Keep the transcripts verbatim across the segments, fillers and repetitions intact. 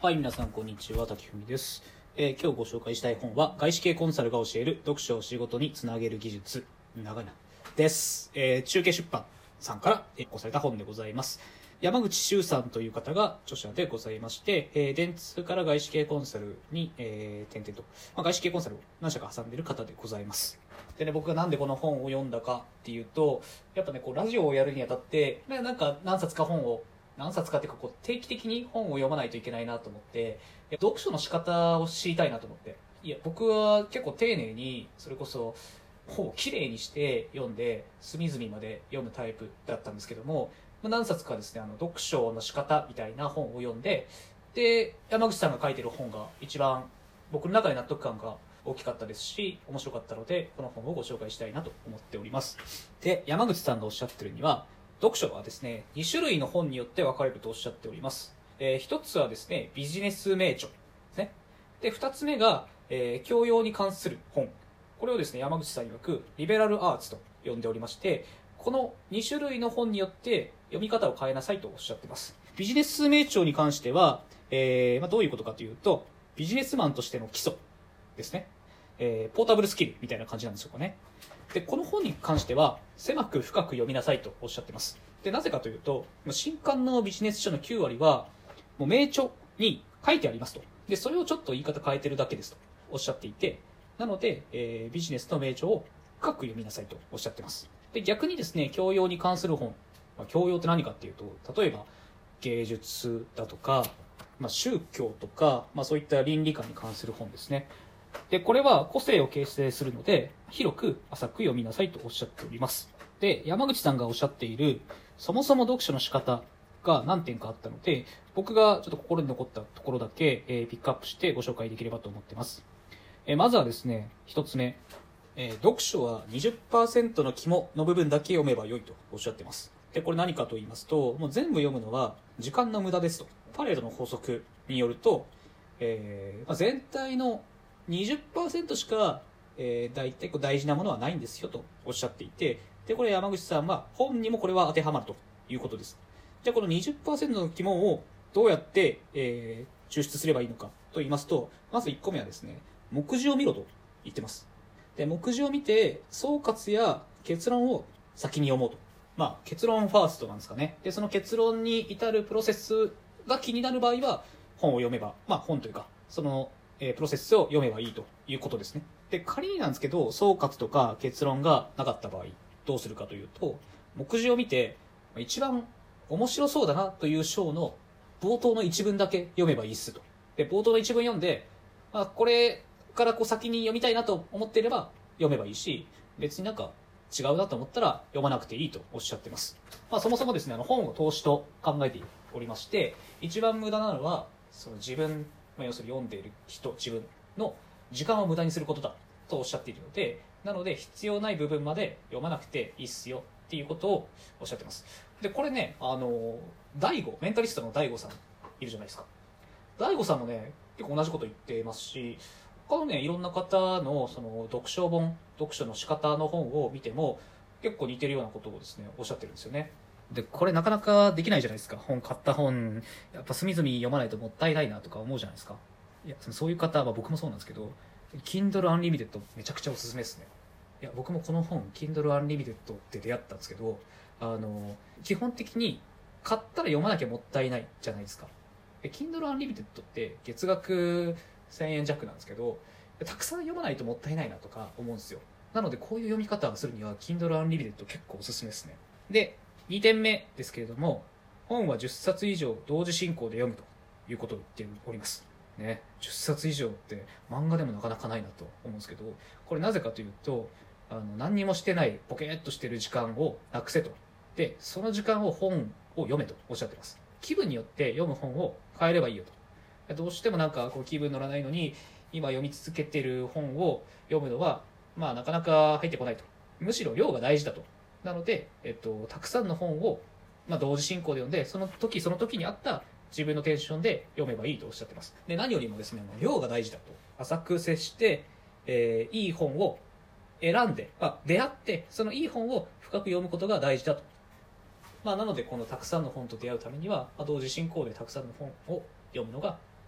はい、皆さんこんにちは、滝文です、えー、今日ご紹介したい本は外資系コンサルが教える読書を仕事につなげる技術、長いなです、えー、中継出版さんから発行された本でございます。山口周さんという方が著者でございまして、えー、電通から外資系コンサルに、えー、点々と、まあ、外資系コンサルを何社か挟んでいる方でございます。でね、僕がなんでこの本を読んだかっていうと、やっぱね、こうラジオをやるにあたって、なんか何冊か本を何冊かっていうかこう定期的に本を読まないといけないなと思って、読書の仕方を知りたいなと思って、いや僕は結構丁寧にそれこそ本をきれいにして読んで隅々まで読むタイプだったんですけども、何冊かですね、あの読書の仕方みたいな本を読んで、で山口さんが書いてる本が一番僕の中で納得感が大きかったですし、面白かったのでこの本をご紹介したいなと思っております。で、山口さんがおっしゃってるには、読書はですね、に種類の本によって分かれるとおっしゃっております。えー、ひとつはですね、ビジネス名著ですね。で、ふたつめが、えー、教養に関する本。これをですね、山口さん曰くリベラルアーツと呼んでおりまして、このに種類の本によって読み方を変えなさいとおっしゃっています。ビジネス名著に関しては、えーまあ、どういうことかというと、ビジネスマンとしての基礎ですね。えー、ポータブルスキルみたいな感じなんでしょうかね。で、この本に関しては狭く深く読みなさいとおっしゃってます。で、なぜかというと、新刊のビジネス書のきゅう割はもう名著に書いてありますと。で、それをちょっと言い方変えてるだけですとおっしゃっていて、なので、えー、ビジネスの名著を深く読みなさいとおっしゃってます。で、逆にですね、教養に関する本、まあ、教養って何かっていうと、例えば芸術だとか、まあ、宗教とか、まあ、そういった倫理観に関する本ですね。で、これは個性を形成するので、広く浅く読みなさいとおっしゃっております。で、山口さんがおっしゃっている、そもそも読書の仕方が何点かあったので、僕がちょっと心に残ったところだけ、えー、ピックアップしてご紹介できればと思っています。えー、まずはですね、一つ目、えー、読書は にじゅっパーセント の肝の部分だけ読めば良いとおっしゃっています。で、これ何かと言いますと、もう全部読むのは時間の無駄ですと。パレードの法則によると、えーまあ、全体のにじゅっパーセント しか、えー、大体大事なものはないんですよとおっしゃっていて、で、これ山口さんは本にもこれは当てはまるということです。じゃあこの にじゅっパーセント の肝をどうやって、えー、抽出すればいいのかと言いますと、まずいっこめはですね、目次を見ろと言ってます。で、目次を見て総括や結論を先に読もうと。まあ結論ファーストなんですかね。で、その結論に至るプロセスが気になる場合は本を読めば、まあ本というか、そのえー、プロセスを読めばいいということですね。で、仮になんですけど、総括とか結論がなかった場合、どうするかというと、目次を見て、一番面白そうだなという章の冒頭の一文だけ読めばいいっすと。で、冒頭の一文読んで、まあ、これからこう先に読みたいなと思っていれば読めばいいし、別になんか違うなと思ったら読まなくていいとおっしゃってます。まあ、そもそもですね、あの本を投資と考えておりまして、一番無駄なのは、その自分、まあ、要するに読んでいる人、自分の時間を無駄にすることだとおっしゃっているので、なので必要ない部分まで読まなくていいっすよっていうことをおっしゃってます。で、これね、あの、大悟、メンタリストの大悟さんいるじゃないですか。大悟さんもね、結構同じこと言ってますし、他のね、いろんな方のその読書本、読書の仕方の本を見ても、結構似てるようなことをですね、おっしゃってるんですよね。で、これなかなかできないじゃないですか。本買った本、やっぱ隅々読まないともったいないなとか思うじゃないですか。いや、そういう方は僕もそうなんですけど、Kindle Unlimited めちゃくちゃおすすめですね。いや、僕もこの本、Kindle Unlimited って出会ったんですけど、あの、基本的に買ったら読まなきゃもったいないじゃないですか。Kindle Unlimited って月額せんえん弱なんですけど、たくさん読まないともったいないなとか思うんですよ。なのでこういう読み方をするには Kindle Unlimited 結構おすすめですね。で、にてんめですけれども、本はじゅっさつ以上同時進行で読むということを言っております。ね、じゅっさつ以上って漫画でもなかなかないなと思うんですけど、これなぜかというと、あの何にもしてないポケーっとしてる時間をなくせと。で、その時間を本を読めとおっしゃってます。気分によって読む本を変えればいいよと。どうしてもなんかこう気分乗らないのに、今読み続けてる本を読むのは、まあなかなか入ってこないと。むしろ量が大事だと。なので、えっと、たくさんの本を、まあ、同時進行で読んで、その時その時に合った自分のテンションで読めばいいとおっしゃってます。で、何よりもですね、量が大事だと。浅く接して、えー、いい本を選んで、まあ、出会って、そのいい本を深く読むことが大事だと。まあ、なので、このたくさんの本と出会うためには、まあ、同時進行でたくさんの本を読むのが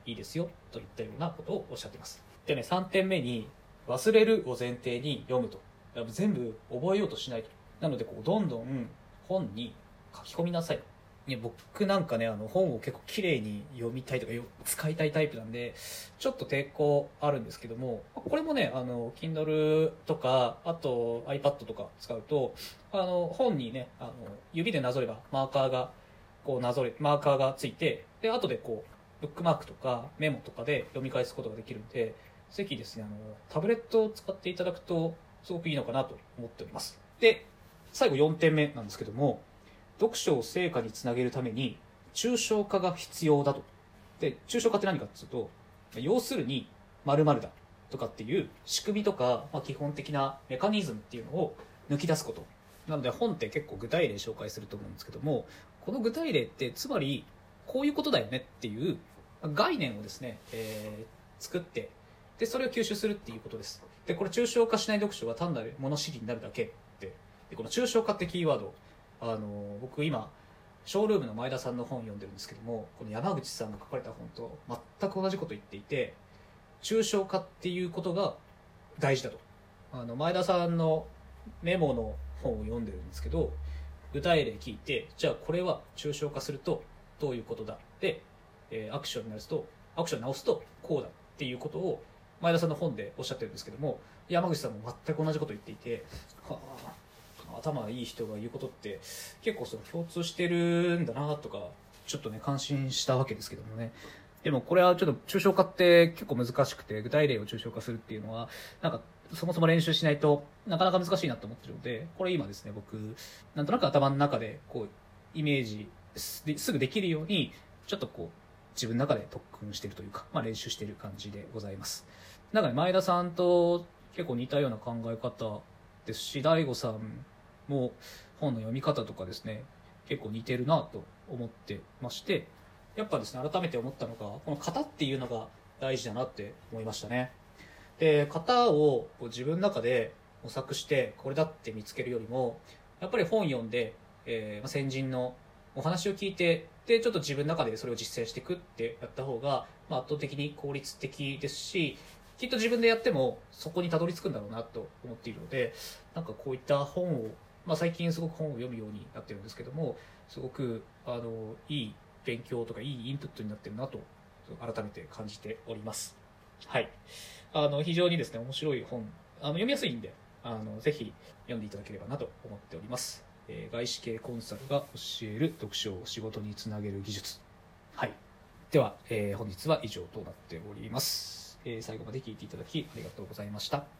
いいですよといったようなことをおっしゃっています。でね、さんてんめに忘れるを前提に読むと。全部覚えようとしないと。なのでこうどんどん本に書き込みなさい。いや僕なんかね、あの本を結構綺麗に読みたいとか使いたいタイプなんで、ちょっと抵抗あるんですけども、これもね、あの Kindle とかあと iPad とか使うと、あの本にね、あの指でなぞればマーカーがこうなぞれマーカーがついて、で後でこうブックマークとかメモとかで読み返すことができるんで、ぜひですね、あのタブレットを使っていただくとすごくいいのかなと思っております。で、最後よんてんめなんですけども、読書を成果につなげるために抽象化が必要だと。で、抽象化って何かっていうと、要するに〇〇だとかっていう仕組みとか、まあ、基本的なメカニズムっていうのを抜き出すこと。なので本って結構具体例紹介すると思うんですけども、この具体例ってつまりこういうことだよねっていう概念をですね、えー、作って、で、それを吸収するっていうことです。で、これ抽象化しない読書が単なる物知りになるだけって。で、この抽象化ってキーワード、あの僕今ショールームの前田さんの本を読んでるんですけども、この山口さんが書かれた本と全く同じこと言っていて、抽象化っていうことが大事だと。あの前田さんのメモの本を読んでるんですけど、具体例聞いて、じゃあこれは抽象化するとどういうことだで、えー、アクションになるとアクションに直すとこうだっていうことを前田さんの本でおっしゃってるんですけども、山口さんも全く同じこと言っていて、はあ頭いい人が言うことって結構その共通してるんだなとかちょっとね感心したわけですけどもね。でもこれはちょっと抽象化って結構難しくて、具体例を抽象化するっていうのはなんかそもそも練習しないとなかなか難しいなと思ってるので、これ今ですね僕なんとなく頭の中でこうイメージすぐできるようにちょっとこう自分の中で特訓してるというか、まあ、練習してる感じでございます。なんかね、前田さんと結構似たような考え方ですし、大悟さんも本の読み方とかですね結構似てるなと思ってまして、やっぱですね改めて思ったのがこの型っていうのが大事だなって思いましたね。で、型を自分の中で模索してこれだって見つけるよりも、やっぱり本読んで、えー、先人のお話を聞いて、でちょっと自分の中でそれを実践していくってやった方が、まあ、圧倒的に効率的ですし、きっと自分でやってもそこにたどり着くんだろうなと思っているので、なんかこういった本を、まあ、最近すごく本を読むようになってるんですけども、すごくあのいい勉強とかいいインプットになってるなと改めて感じております。はい、あの非常にですね面白い本、あの読みやすいんで、あのぜひ読んでいただければなと思っております。えー、外資系コンサルが教える読書を仕事につなげる技術。はい、では、えー、本日は以上となっております。えー、最後まで聞いていただきありがとうございました。